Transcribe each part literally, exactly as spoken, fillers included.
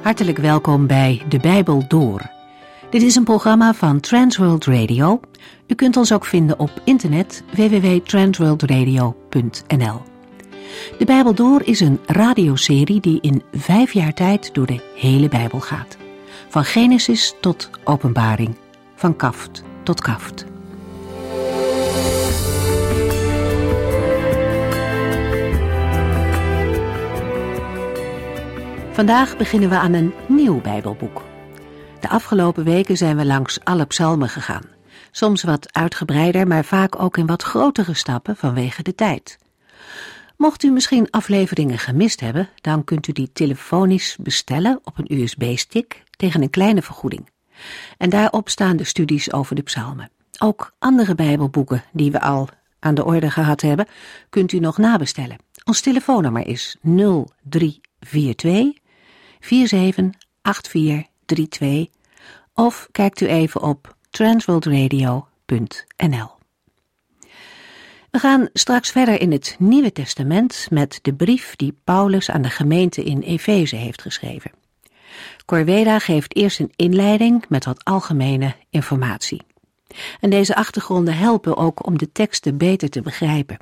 Hartelijk welkom bij De Bijbel Door. Dit is een programma van Transworld Radio. U kunt ons ook vinden op internet w w w punt transworld radio punt n l. De Bijbel Door is een radioserie die in vijf jaar tijd door de hele Bijbel gaat. Van Genesis tot Openbaring, van kaft tot kaft. Vandaag beginnen we aan een nieuw Bijbelboek. De afgelopen weken zijn we langs alle psalmen gegaan. Soms wat uitgebreider, maar vaak ook in wat grotere stappen vanwege de tijd. Mocht u misschien afleveringen gemist hebben, dan kunt u die telefonisch bestellen op een U S B-stick tegen een kleine vergoeding. En daarop staan de studies over de psalmen. Ook andere Bijbelboeken die we al aan de orde gehad hebben, kunt u nog nabestellen. Ons telefoonnummer is nul drie vier twee vier zeven acht vier drie twee of kijkt u even op transworld radio punt n l. We gaan straks verder in het Nieuwe Testament met de brief die Paulus aan de gemeente in Efeze heeft geschreven. Corveda geeft eerst een inleiding met wat algemene informatie. En deze achtergronden helpen ook om de teksten beter te begrijpen.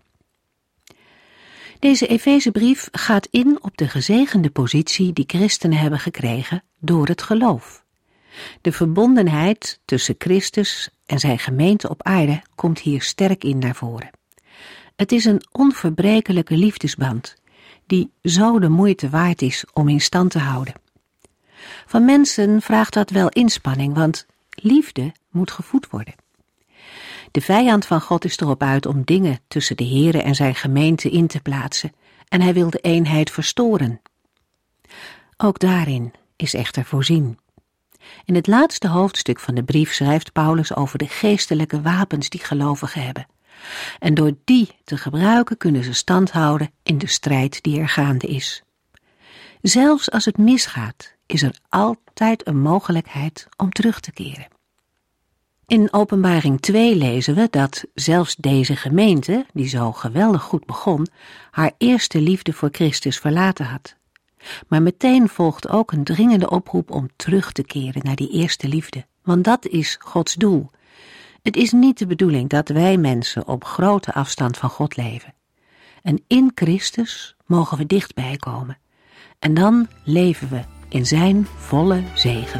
Deze Efezebrief gaat in op de gezegende positie die christenen hebben gekregen door het geloof. De verbondenheid tussen Christus en zijn gemeente op aarde komt hier sterk in naar voren. Het is een onverbrekelijke liefdesband die zo de moeite waard is om in stand te houden. Van mensen vraagt dat wel inspanning, want liefde moet gevoed worden. De vijand van God is erop uit om dingen tussen de Here en zijn gemeente in te plaatsen en hij wil de eenheid verstoren. Ook daarin is echter voorzien. In het laatste hoofdstuk van de brief schrijft Paulus over de geestelijke wapens die gelovigen hebben. En door die te gebruiken kunnen ze stand houden in de strijd die er gaande is. Zelfs als het misgaat, is er altijd een mogelijkheid om terug te keren. In Openbaring twee lezen we dat zelfs deze gemeente, die zo geweldig goed begon, haar eerste liefde voor Christus verlaten had. Maar meteen volgt ook een dringende oproep om terug te keren naar die eerste liefde, want dat is Gods doel. Het is niet de bedoeling dat wij mensen op grote afstand van God leven. En in Christus mogen we dichtbij komen. En dan leven we in zijn volle zegen.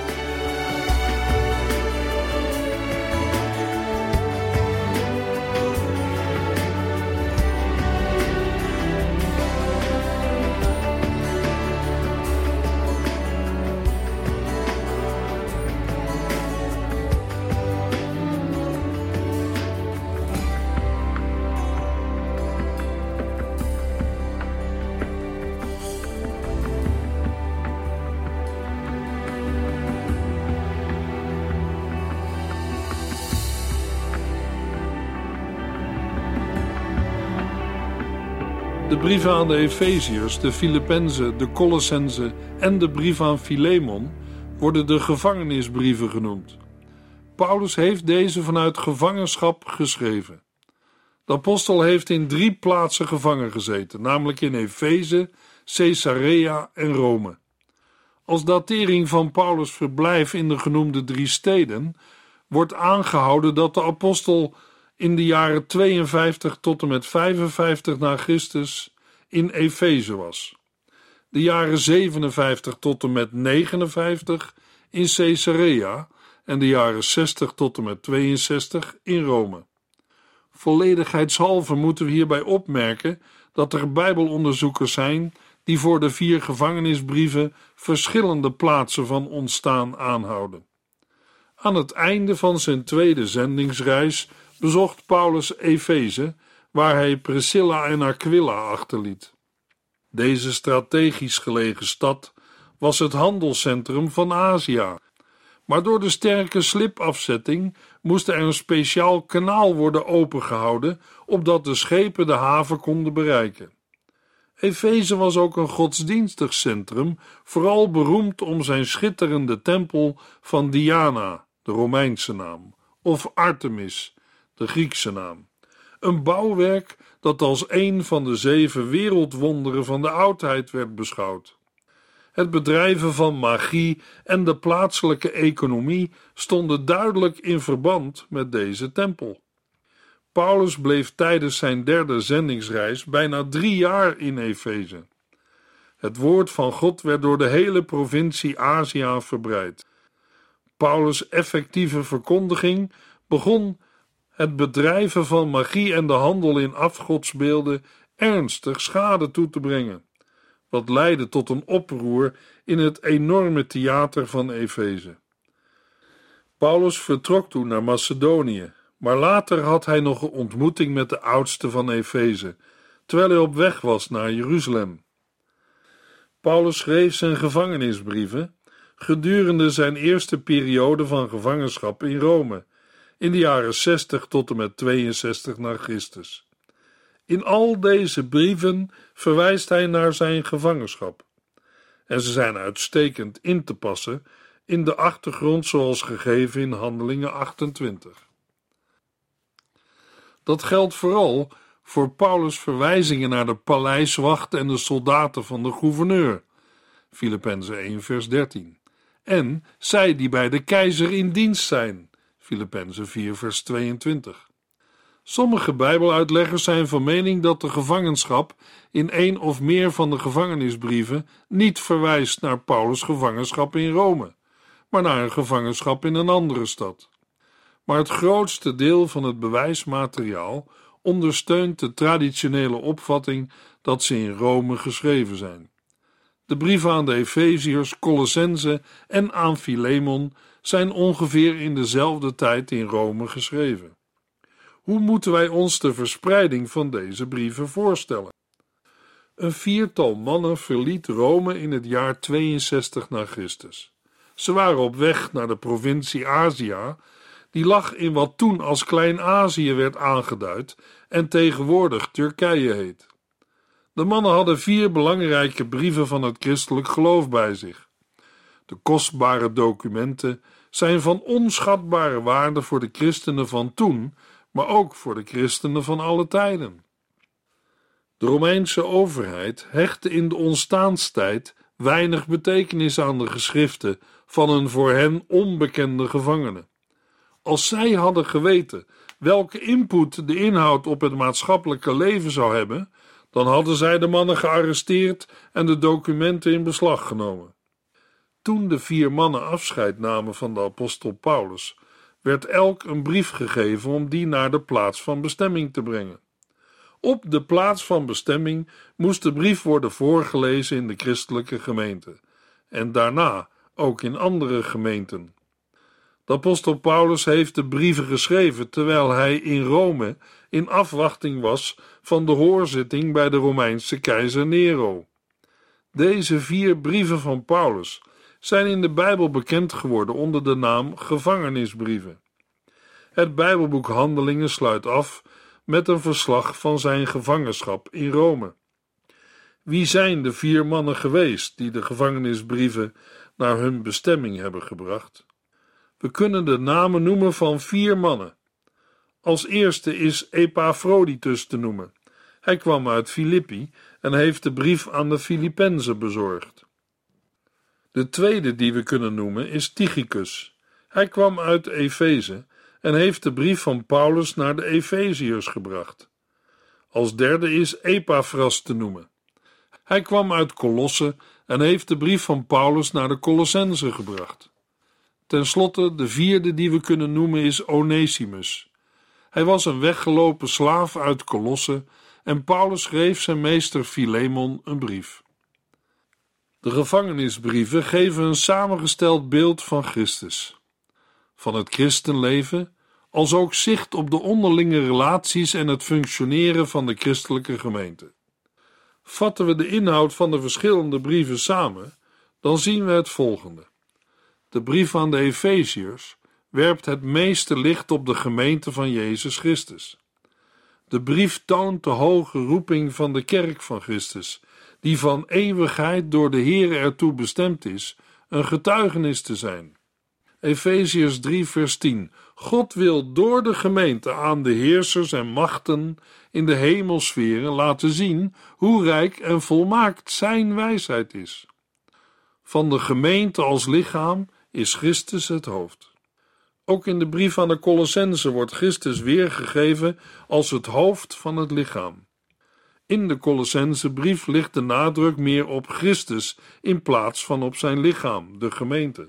De brieven aan de Efeziërs, de Filippenzen, de Colossenzen en de brief aan Filemon worden de gevangenisbrieven genoemd. Paulus heeft deze vanuit gevangenschap geschreven. De apostel heeft in drie plaatsen gevangen gezeten, namelijk in Efeze, Caesarea en Rome. Als datering van Paulus' verblijf in de genoemde drie steden wordt aangehouden dat de apostel in de jaren tweeënvijftig tot en met vijfenvijftig na Christus in Efeze was. De jaren zevenenvijftig tot en met negenenvijftig in Caesarea en de jaren zestig tot en met tweeënzestig in Rome. Volledigheidshalve moeten we hierbij opmerken dat er bijbelonderzoekers zijn die voor de vier gevangenisbrieven verschillende plaatsen van ontstaan aanhouden. Aan het einde van zijn tweede zendingsreis bezocht Paulus Efeze, waar hij Priscilla en Aquila achterliet. Deze strategisch gelegen stad was het handelscentrum van Azië, maar door de sterke slipafzetting moest er een speciaal kanaal worden opengehouden, opdat de schepen de haven konden bereiken. Efeze was ook een godsdienstig centrum, vooral beroemd om zijn schitterende tempel van Diana, de Romeinse naam, of Artemis, de Griekse naam. Een bouwwerk dat als een van de zeven wereldwonderen van de oudheid werd beschouwd. Het bedrijven van magie en de plaatselijke economie stonden duidelijk in verband met deze tempel. Paulus bleef tijdens zijn derde zendingsreis bijna drie jaar in Efeze. Het woord van God werd door de hele provincie Azië verbreid. Paulus' effectieve verkondiging begon het bedrijven van magie en de handel in afgodsbeelden ernstig schade toe te brengen, wat leidde tot een oproer in het enorme theater van Efeze. Paulus vertrok toen naar Macedonië, maar later had hij nog een ontmoeting met de oudste van Efeze, terwijl hij op weg was naar Jeruzalem. Paulus schreef zijn gevangenisbrieven gedurende zijn eerste periode van gevangenschap in Rome, in de jaren zestig tot en met tweeënzestig na Christus. In al deze brieven verwijst hij naar zijn gevangenschap. En ze zijn uitstekend in te passen in de achtergrond zoals gegeven in Handelingen achtentwintig. Dat geldt vooral voor Paulus' verwijzingen naar de paleiswacht en de soldaten van de gouverneur, Filippenzen één vers dertien, en zij die bij de keizer in dienst zijn, Filippenzen vier vers tweeëntwintig. Sommige Bijbeluitleggers zijn van mening dat de gevangenschap in één of meer van de gevangenisbrieven niet verwijst naar Paulus' gevangenschap in Rome, maar naar een gevangenschap in een andere stad. Maar het grootste deel van het bewijsmateriaal ondersteunt de traditionele opvatting dat ze in Rome geschreven zijn. De brieven aan de Efeziërs, Colossenzen en aan Filemon zijn ongeveer in dezelfde tijd in Rome geschreven. Hoe moeten wij ons de verspreiding van deze brieven voorstellen? Een viertal mannen verliet Rome in het jaar tweeënzestig na Christus. Ze waren op weg naar de provincie Azië, die lag in wat toen als Klein-Azië werd aangeduid en tegenwoordig Turkije heet. De mannen hadden vier belangrijke brieven van het christelijk geloof bij zich. De kostbare documenten zijn van onschatbare waarde voor de christenen van toen, maar ook voor de christenen van alle tijden. De Romeinse overheid hechtte in de ontstaanstijd weinig betekenis aan de geschriften van een voor hen onbekende gevangene. Als zij hadden geweten welke input de inhoud op het maatschappelijke leven zou hebben, dan hadden zij de mannen gearresteerd en de documenten in beslag genomen. Toen de vier mannen afscheid namen van de apostel Paulus, werd elk een brief gegeven om die naar de plaats van bestemming te brengen. Op de plaats van bestemming moest de brief worden voorgelezen in de christelijke gemeente en daarna ook in andere gemeenten. De apostel Paulus heeft de brieven geschreven terwijl hij in Rome in afwachting was van de hoorzitting bij de Romeinse keizer Nero. Deze vier brieven van Paulus zijn in de Bijbel bekend geworden onder de naam gevangenisbrieven. Het Bijbelboek Handelingen sluit af met een verslag van zijn gevangenschap in Rome. Wie zijn de vier mannen geweest die de gevangenisbrieven naar hun bestemming hebben gebracht? We kunnen de namen noemen van vier mannen. Als eerste is Epaphroditus te noemen. Hij kwam uit Filippi en heeft de brief aan de Filippenzen bezorgd. De tweede die we kunnen noemen is Tychicus. Hij kwam uit Efeze en heeft de brief van Paulus naar de Efeziërs gebracht. Als derde is Epaphras te noemen. Hij kwam uit Colosse en heeft de brief van Paulus naar de Colossenzen gebracht. Ten slotte, de vierde die we kunnen noemen is Onesimus. Hij was een weggelopen slaaf uit Colosse en Paulus schreef zijn meester Filemon een brief. De gevangenisbrieven geven een samengesteld beeld van Christus, van het christenleven, als ook zicht op de onderlinge relaties en het functioneren van de christelijke gemeente. Vatten we de inhoud van de verschillende brieven samen, dan zien we het volgende. De brief aan de Efeziërs werpt het meeste licht op de gemeente van Jezus Christus. De brief toont de hoge roeping van de kerk van Christus, die van eeuwigheid door de Heere ertoe bestemd is een getuigenis te zijn. Efeziërs drie vers tien. God wil door de gemeente aan de heersers en machten in de hemelsferen laten zien hoe rijk en volmaakt zijn wijsheid is. Van de gemeente als lichaam is Christus het hoofd. Ook in de brief aan de Colossenzen wordt Christus weergegeven als het hoofd van het lichaam. In de Colossenzenbrief ligt de nadruk meer op Christus in plaats van op zijn lichaam, de gemeente.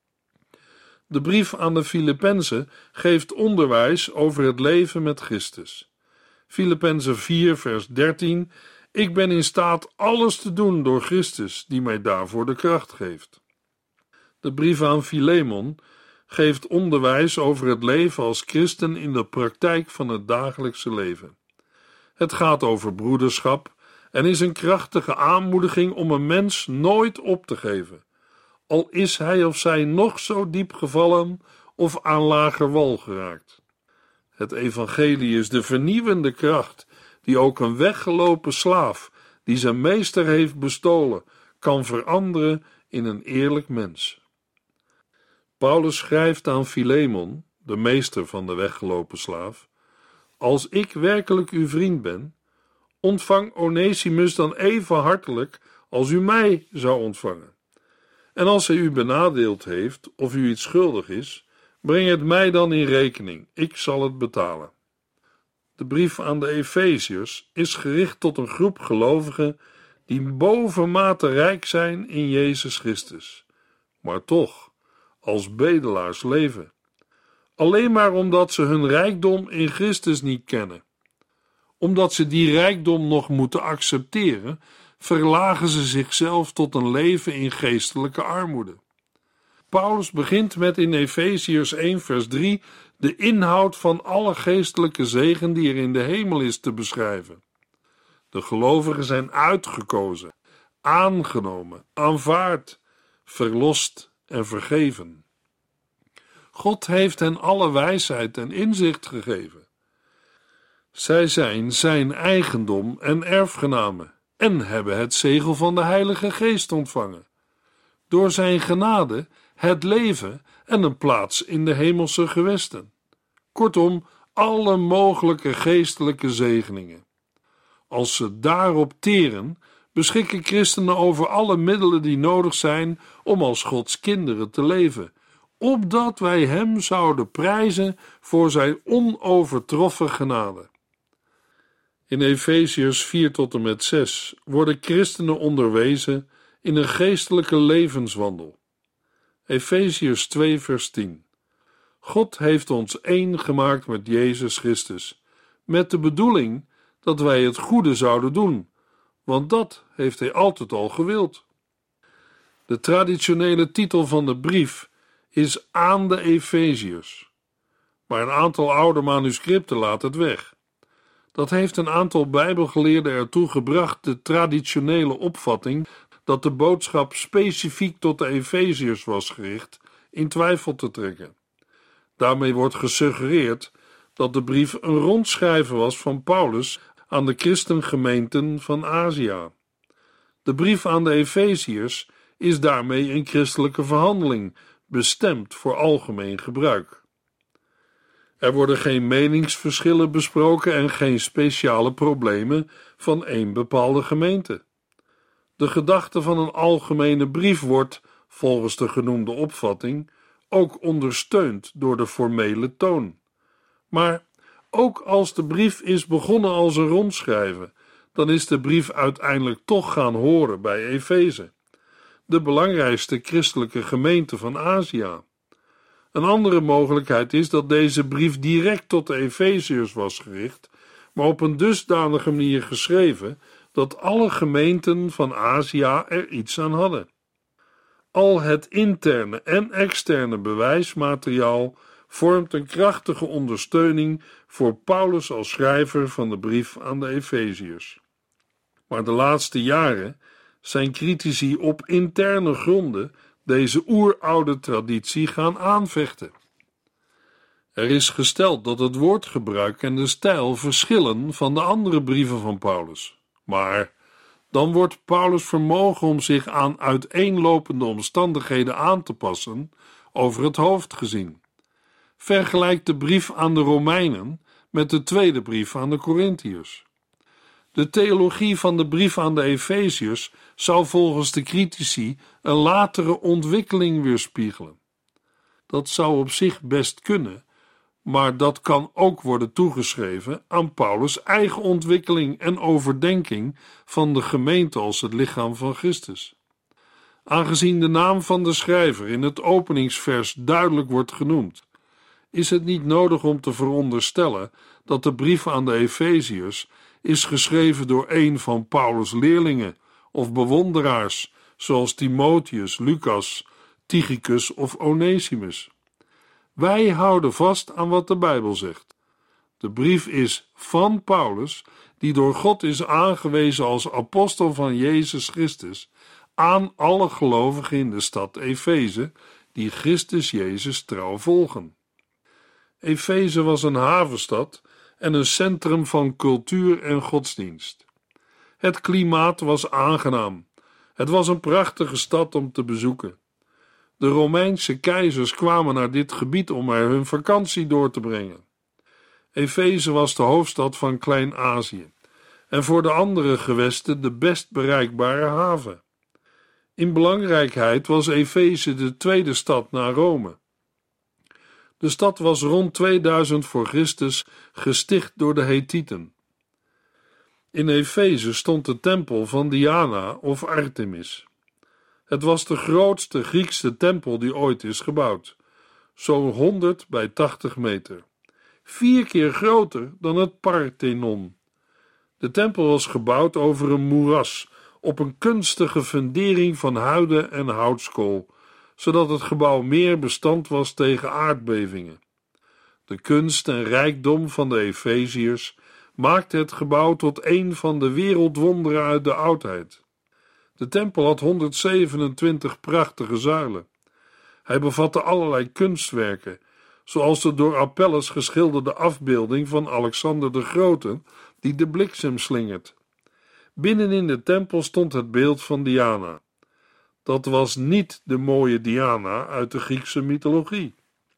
De brief aan de Filippenzen geeft onderwijs over het leven met Christus. Filippenzen vier vers dertien: Ik ben in staat alles te doen door Christus, die mij daarvoor de kracht geeft. De brief aan Filemon geeft onderwijs over het leven als christen in de praktijk van het dagelijkse leven. Het gaat over broederschap en is een krachtige aanmoediging om een mens nooit op te geven, al is hij of zij nog zo diep gevallen of aan lager wal geraakt. Het evangelie is de vernieuwende kracht die ook een weggelopen slaaf die zijn meester heeft bestolen kan veranderen in een eerlijk mens. Paulus schrijft aan Filemon, de meester van de weggelopen slaaf: Als ik werkelijk uw vriend ben, ontvang Onesimus dan even hartelijk als u mij zou ontvangen. En als hij u benadeeld heeft of u iets schuldig is, breng het mij dan in rekening, ik zal het betalen. De brief aan de Efeziërs is gericht tot een groep gelovigen die bovenmate rijk zijn in Jezus Christus, maar toch als bedelaars leven. Alleen maar omdat ze hun rijkdom in Christus niet kennen. Omdat ze die rijkdom nog moeten accepteren, verlagen ze zichzelf tot een leven in geestelijke armoede. Paulus begint met in Efeziërs één vers drie de inhoud van alle geestelijke zegen die er in de hemel is te beschrijven. De gelovigen zijn uitgekozen, aangenomen, aanvaard, verlost en vergeven. God heeft hen alle wijsheid en inzicht gegeven. Zij zijn zijn eigendom en erfgenamen en hebben het zegel van de Heilige Geest ontvangen. Door zijn genade het leven en een plaats in de hemelse gewesten. Kortom, alle mogelijke geestelijke zegeningen. Als ze daarop teren, beschikken christenen over alle middelen die nodig zijn om als Gods kinderen te leven, opdat wij hem zouden prijzen voor zijn onovertroffen genade. In Efeziërs vier tot en met zes worden christenen onderwezen in een geestelijke levenswandel. Efeziërs twee vers tien. God heeft ons één gemaakt met Jezus Christus, met de bedoeling dat wij het goede zouden doen, want dat heeft hij altijd al gewild. De traditionele titel van de brief is Aan de Efeziërs, maar een aantal oude manuscripten laat het weg. Dat heeft een aantal bijbelgeleerden ertoe gebracht de traditionele opvatting dat de boodschap specifiek tot de Efeziërs was gericht in twijfel te trekken. Daarmee wordt gesuggereerd dat de brief een rondschrijven was van Paulus aan de christengemeenten van Azië. De brief aan de Efeziërs is daarmee een christelijke verhandeling, bestemd voor algemeen gebruik. Er worden geen meningsverschillen besproken en geen speciale problemen van één bepaalde gemeente. De gedachte van een algemene brief wordt, volgens de genoemde opvatting, ook ondersteund door de formele toon. Maar ook als de brief is begonnen als een rondschrijven, dan is de brief uiteindelijk toch gaan horen bij Efeze, de belangrijkste christelijke gemeente van Azië. Een andere mogelijkheid is dat deze brief direct tot de Efeziërs was gericht, maar op een dusdanige manier geschreven dat alle gemeenten van Azië er iets aan hadden. Al het interne en externe bewijsmateriaal vormt een krachtige ondersteuning voor Paulus als schrijver van de brief aan de Efeziërs. Maar de laatste jaren zijn critici op interne gronden deze oeroude traditie gaan aanvechten. Er is gesteld dat het woordgebruik en de stijl verschillen van de andere brieven van Paulus. Maar dan wordt Paulus' vermogen om zich aan uiteenlopende omstandigheden aan te passen over het hoofd gezien. Vergelijk de brief aan de Romeinen met de tweede brief aan de Korintiërs. De theologie van de brief aan de Efeziërs zou volgens de critici een latere ontwikkeling weerspiegelen. Dat zou op zich best kunnen, maar dat kan ook worden toegeschreven aan Paulus' eigen ontwikkeling en overdenking van de gemeente als het lichaam van Christus. Aangezien de naam van de schrijver in het openingsvers duidelijk wordt genoemd, is het niet nodig om te veronderstellen dat de brief aan de Efeziërs is geschreven door een van Paulus' leerlingen of bewonderaars, zoals Timotheus, Lucas, Tychicus of Onesimus. Wij houden vast aan wat de Bijbel zegt. De brief is van Paulus, die door God is aangewezen als apostel van Jezus Christus, aan alle gelovigen in de stad Efeze, die Christus Jezus trouw volgen. Efeze was een havenstad en een centrum van cultuur en godsdienst. Het klimaat was aangenaam. Het was een prachtige stad om te bezoeken. De Romeinse keizers kwamen naar dit gebied om er hun vakantie door te brengen. Efeze was de hoofdstad van Klein-Azië en voor de andere gewesten de best bereikbare haven. In belangrijkheid was Efeze de tweede stad na Rome. De stad was rond tweeduizend voor Christus gesticht door de Hethieten. In Efeze stond de tempel van Diana of Artemis. Het was de grootste Griekse tempel die ooit is gebouwd, zo'n honderd bij tachtig meter. Vier keer groter dan het Parthenon. De tempel was gebouwd over een moeras op een kunstige fundering van huiden en houtskool, zodat het gebouw meer bestand was tegen aardbevingen. De kunst en rijkdom van de Efeziërs maakte het gebouw tot een van de wereldwonderen uit de oudheid. De tempel had honderdzevenentwintig prachtige zuilen. Hij bevatte allerlei kunstwerken, zoals de door Apelles geschilderde afbeelding van Alexander de Grote, die de bliksem slingert. Binnenin de tempel stond het beeld van Diana. Dat was niet de mooie Diana uit de Griekse mythologie.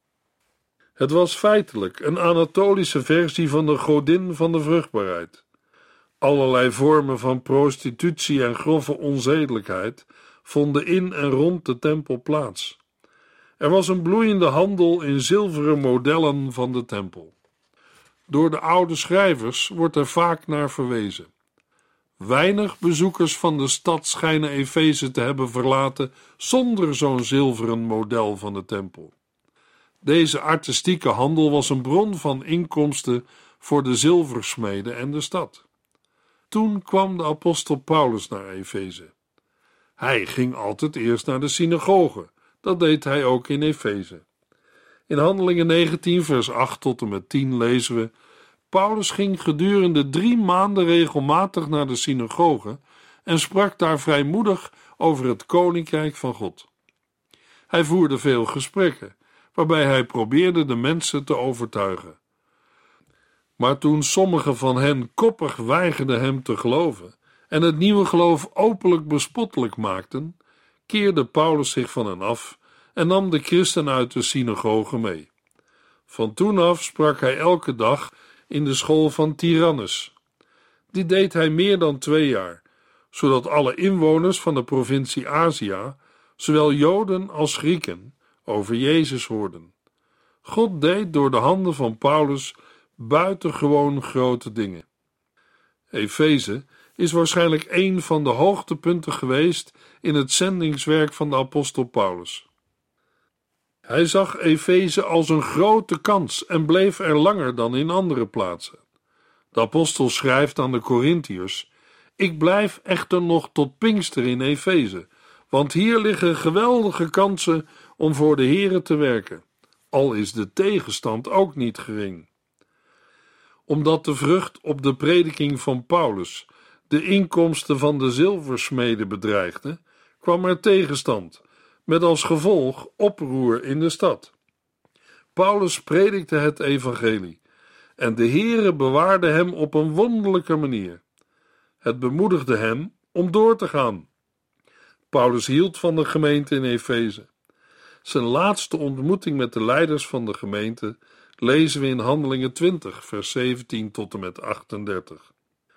Het was feitelijk een Anatolische versie van de godin van de vruchtbaarheid. Allerlei vormen van prostitutie en grove onzedelijkheid vonden in en rond de tempel plaats. Er was een bloeiende handel in zilveren modellen van de tempel. Door de oude schrijvers wordt er vaak naar verwezen. Weinig bezoekers van de stad schijnen Efeze te hebben verlaten zonder zo'n zilveren model van de tempel. Deze artistieke handel was een bron van inkomsten voor de zilversmeden en de stad. Toen kwam de apostel Paulus naar Efeze. Hij ging altijd eerst naar de synagoge. Dat deed hij ook in Efeze. In Handelingen negentien vers acht tot en met tien lezen we: Paulus ging gedurende drie maanden regelmatig naar de synagoge en sprak daar vrijmoedig over het koninkrijk van God. Hij voerde veel gesprekken, waarbij hij probeerde de mensen te overtuigen. Maar toen sommigen van hen koppig weigerden hem te geloven en het nieuwe geloof openlijk bespottelijk maakten, keerde Paulus zich van hen af en nam de christenen uit de synagoge mee. Van toen af sprak hij elke dag in de school van Tyrannus. Dit deed hij meer dan twee jaar, zodat alle inwoners van de provincie Azië, zowel Joden als Grieken, over Jezus hoorden. God deed door de handen van Paulus buitengewoon grote dingen. Efeze is waarschijnlijk een van de hoogtepunten geweest in het zendingswerk van de apostel Paulus. Hij zag Efeze als een grote kans en bleef er langer dan in andere plaatsen. De apostel schrijft aan de Korintiërs: Ik blijf echter nog tot Pinkster in Efeze, want hier liggen geweldige kansen om voor de Here te werken, al is de tegenstand ook niet gering. Omdat de vrucht op de prediking van Paulus de inkomsten van de zilversmeden bedreigde, kwam er tegenstand, met als gevolg oproer in de stad. Paulus predikte het evangelie en de Heere bewaarde hem op een wonderlijke manier. Het bemoedigde hem om door te gaan. Paulus hield van de gemeente in Efeze. Zijn laatste ontmoeting met de leiders van de gemeente lezen we in Handelingen twintig, vers zeventien tot en met achtendertig.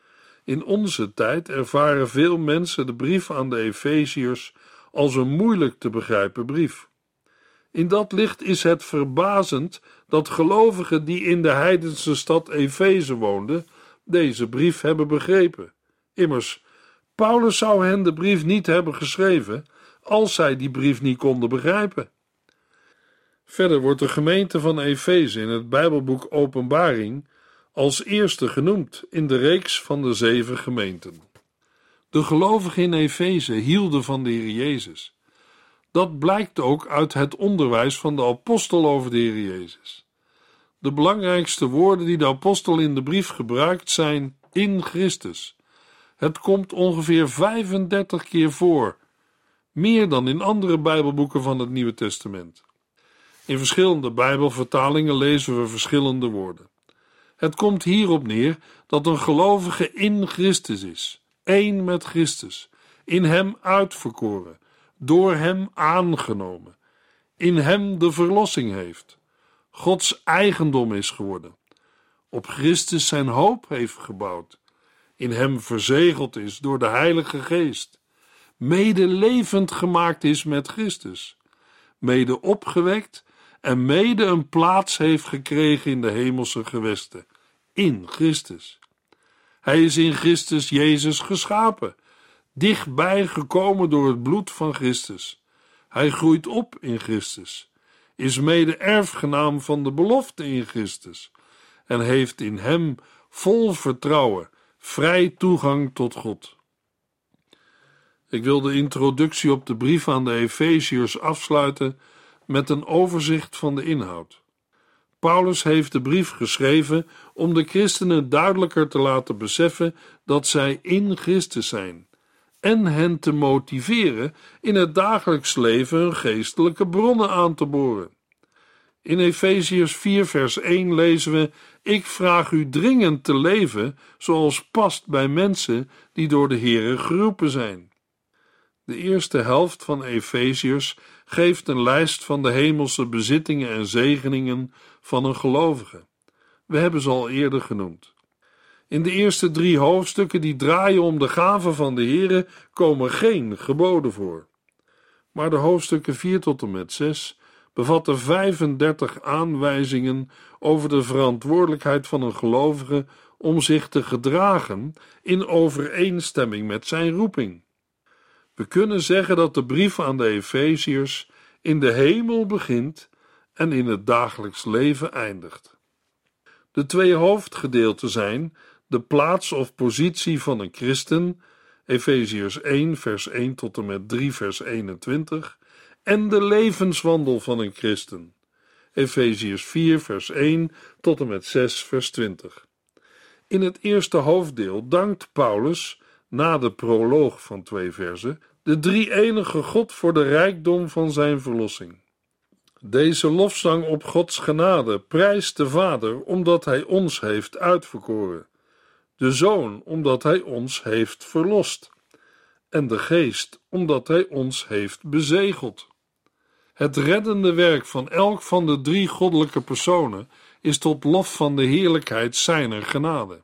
In onze tijd ervaren veel mensen de brief aan de Efeziërs als een moeilijk te begrijpen brief. In dat licht is het verbazend dat gelovigen die in de heidense stad Efeze woonden, deze brief hebben begrepen. Immers, Paulus zou hen de brief niet hebben geschreven als zij die brief niet konden begrijpen. Verder wordt de gemeente van Efeze in het Bijbelboek Openbaring als eerste genoemd in de reeks van de zeven gemeenten. De gelovigen in Efeze hielden van de Heer Jezus. Dat blijkt ook uit het onderwijs van de apostel over de Heer Jezus. De belangrijkste woorden die de apostel in de brief gebruikt zijn in Christus. Het komt ongeveer vijfendertig keer voor, meer dan in andere Bijbelboeken van het Nieuwe Testament. In verschillende Bijbelvertalingen lezen we verschillende woorden. Het komt hierop neer dat een gelovige in Christus is, één met Christus, in hem uitverkoren, door hem aangenomen, in hem de verlossing heeft, Gods eigendom is geworden, op Christus zijn hoop heeft gebouwd, in hem verzegeld is door de Heilige Geest, mede levend gemaakt is met Christus, mede opgewekt en mede een plaats heeft gekregen in de hemelse gewesten, in Christus. Hij is in Christus Jezus geschapen, dichtbij gekomen door het bloed van Christus. Hij groeit op in Christus, is mede erfgenaam van de belofte in Christus en heeft in hem vol vertrouwen vrij toegang tot God. Ik wil de introductie op de brief aan de Efeziërs afsluiten met een overzicht van de inhoud. Paulus heeft de brief geschreven om de christenen duidelijker te laten beseffen dat zij in Christus zijn en hen te motiveren in het dagelijks leven hun geestelijke bronnen aan te boren. In Efeziërs vier vers één lezen we: Ik vraag u dringend te leven zoals past bij mensen die door de Heere geroepen zijn. De eerste helft van Efeziërs geeft een lijst van de hemelse bezittingen en zegeningen van een gelovige. We hebben ze al eerder genoemd. In de eerste drie hoofdstukken die draaien om de gaven van de Heere komen geen geboden voor. Maar de hoofdstukken vier tot en met zes bevatten vijfendertig aanwijzingen over de verantwoordelijkheid van een gelovige om zich te gedragen in overeenstemming met zijn roeping. We kunnen zeggen dat de brief aan de Efeziërs in de hemel begint en in het dagelijks leven eindigt. De twee hoofdgedeelten zijn de plaats of positie van een christen, Efeziërs één vers één tot en met drie vers eenentwintig, en de levenswandel van een christen, Efeziërs vier vers één tot en met zes vers twintig. In het eerste hoofddeel dankt Paulus, na de proloog van twee verzen, de drie-enige God voor de rijkdom van zijn verlossing. Deze lofzang op Gods genade prijst de Vader omdat hij ons heeft uitverkoren, de Zoon omdat hij ons heeft verlost en de Geest omdat hij ons heeft bezegeld. Het reddende werk van elk van de drie goddelijke personen is tot lof van de heerlijkheid zijner genade.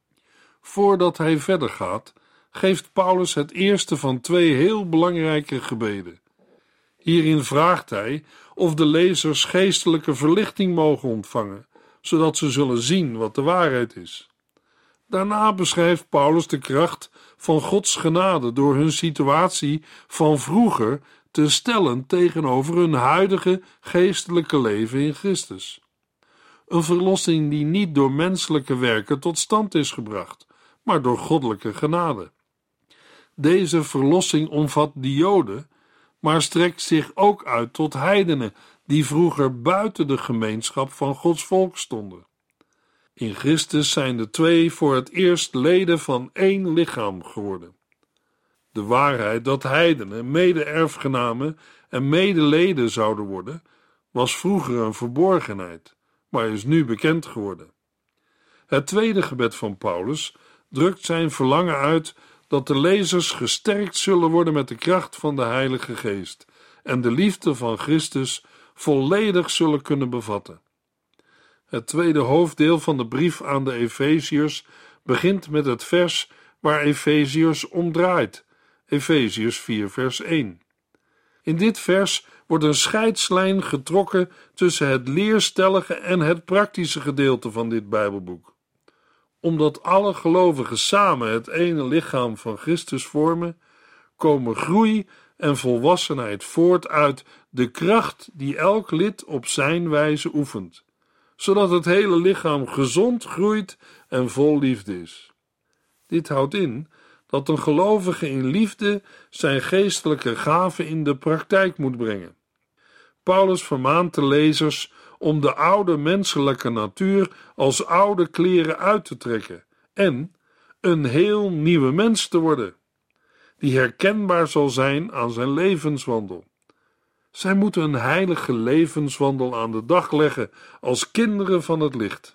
Voordat hij verder gaat, geeft Paulus het eerste van twee heel belangrijke gebeden. Hierin vraagt hij of de lezers geestelijke verlichting mogen ontvangen, zodat ze zullen zien wat de waarheid is. Daarna beschrijft Paulus de kracht van Gods genade door hun situatie van vroeger te stellen tegenover hun huidige geestelijke leven in Christus. Een verlossing die niet door menselijke werken tot stand is gebracht, maar door goddelijke genade. Deze verlossing omvat de Joden, maar strekt zich ook uit tot heidenen die vroeger buiten de gemeenschap van Gods volk stonden. In Christus zijn de twee voor het eerst leden van één lichaam geworden. De waarheid dat heidenen mede-erfgenamen en medeleden zouden worden, was vroeger een verborgenheid, maar is nu bekend geworden. Het tweede gebed van Paulus drukt zijn verlangen uit dat de lezers gesterkt zullen worden met de kracht van de Heilige Geest en de liefde van Christus volledig zullen kunnen bevatten. Het tweede hoofddeel van de brief aan de Efeziërs begint met het vers waar Efeziërs om draait, Efeziërs vier vers één. In dit vers wordt een scheidslijn getrokken tussen het leerstellige en het praktische gedeelte van dit Bijbelboek. Omdat alle gelovigen samen het ene lichaam van Christus vormen, komen groei en volwassenheid voort uit de kracht die elk lid op zijn wijze oefent, zodat het hele lichaam gezond groeit en vol liefde is. Dit houdt in dat een gelovige in liefde zijn geestelijke gaven in de praktijk moet brengen. Paulus vermaant de lezers om de oude menselijke natuur als oude kleren uit te trekken en een heel nieuwe mens te worden, die herkenbaar zal zijn aan zijn levenswandel. Zij moeten een heilige levenswandel aan de dag leggen als kinderen van het licht.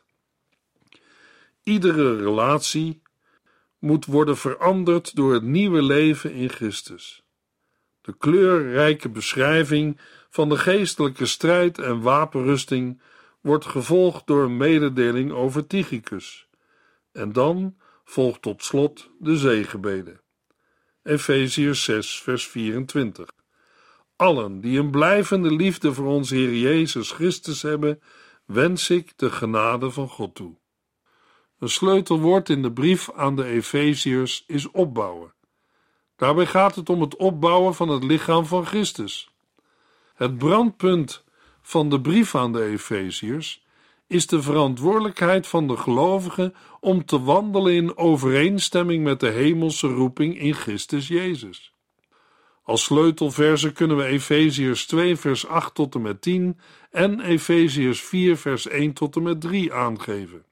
Iedere relatie moet worden veranderd door het nieuwe leven in Christus. De kleurrijke beschrijving van de geestelijke strijd en wapenrusting wordt gevolgd door een mededeling over Tychicus. En dan volgt tot slot de zegenbede. Efeziërs zes vers vierentwintig. Allen die een blijvende liefde voor onze Heer Jezus Christus hebben, wens ik de genade van God toe. Een sleutelwoord in de brief aan de Efeziërs is opbouwen. Daarbij gaat het om het opbouwen van het lichaam van Christus. Het brandpunt van de brief aan de Efeziërs is de verantwoordelijkheid van de gelovigen om te wandelen in overeenstemming met de hemelse roeping in Christus Jezus. Als sleutelversen kunnen we Efeziërs twee vers acht tot en met tien en Efeziërs vier vers één tot en met drie aangeven.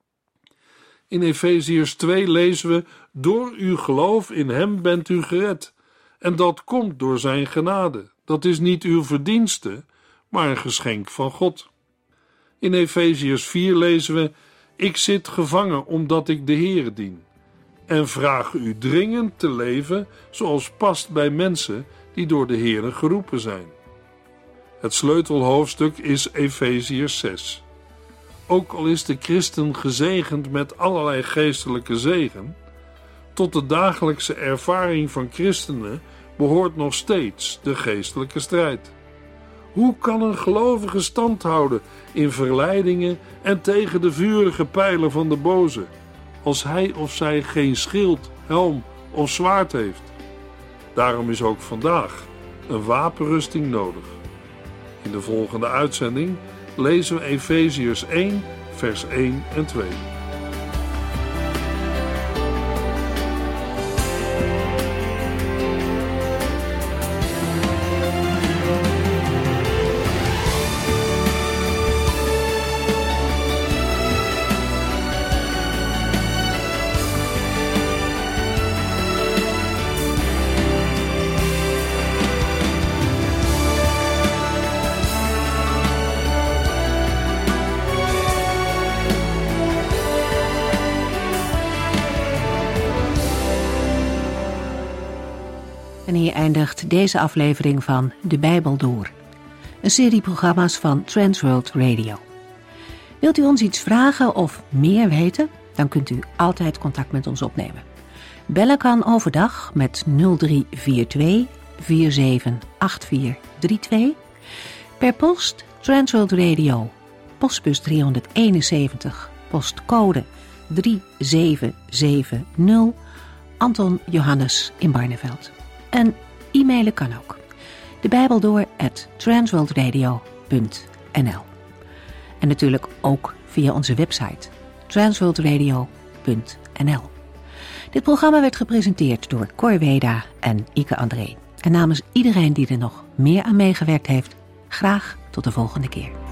In Efeziërs twee lezen we: door uw geloof in hem bent u gered, en dat komt door zijn genade. Dat is niet uw verdienste, maar een geschenk van God. In Efeziërs vier lezen we: ik zit gevangen omdat ik de Heere dien, en vraag u dringend te leven zoals past bij mensen die door de Heere geroepen zijn. Het sleutelhoofdstuk is Efeziërs zes. Ook al is de christen gezegend met allerlei geestelijke zegen, tot de dagelijkse ervaring van christenen behoort nog steeds de geestelijke strijd. Hoe kan een gelovige stand houden in verleidingen en tegen de vurige pijlen van de boze, als hij of zij geen schild, helm of zwaard heeft? Daarom is ook vandaag een wapenrusting nodig. In de volgende uitzending lezen we Efeziërs één, vers één en twee. En hier eindigt deze aflevering van De Bijbel Door, een serie programma's van Transworld Radio. Wilt u ons iets vragen of meer weten? Dan kunt u altijd contact met ons opnemen. Bellen kan overdag met nul drie vier twee, vier zeven acht vier drie twee. Per post Transworld Radio, postbus driehonderdeenenzeventig, postcode drie zeven zeven nul, Anton Johannes in Barneveld. En e-mailen kan ook. De Bijbel door at transworldradio punt n l. En natuurlijk ook via onze website transworldradio punt n l. Dit programma werd gepresenteerd door Cor Weda en Ike André. En namens iedereen die er nog meer aan meegewerkt heeft, graag tot de volgende keer.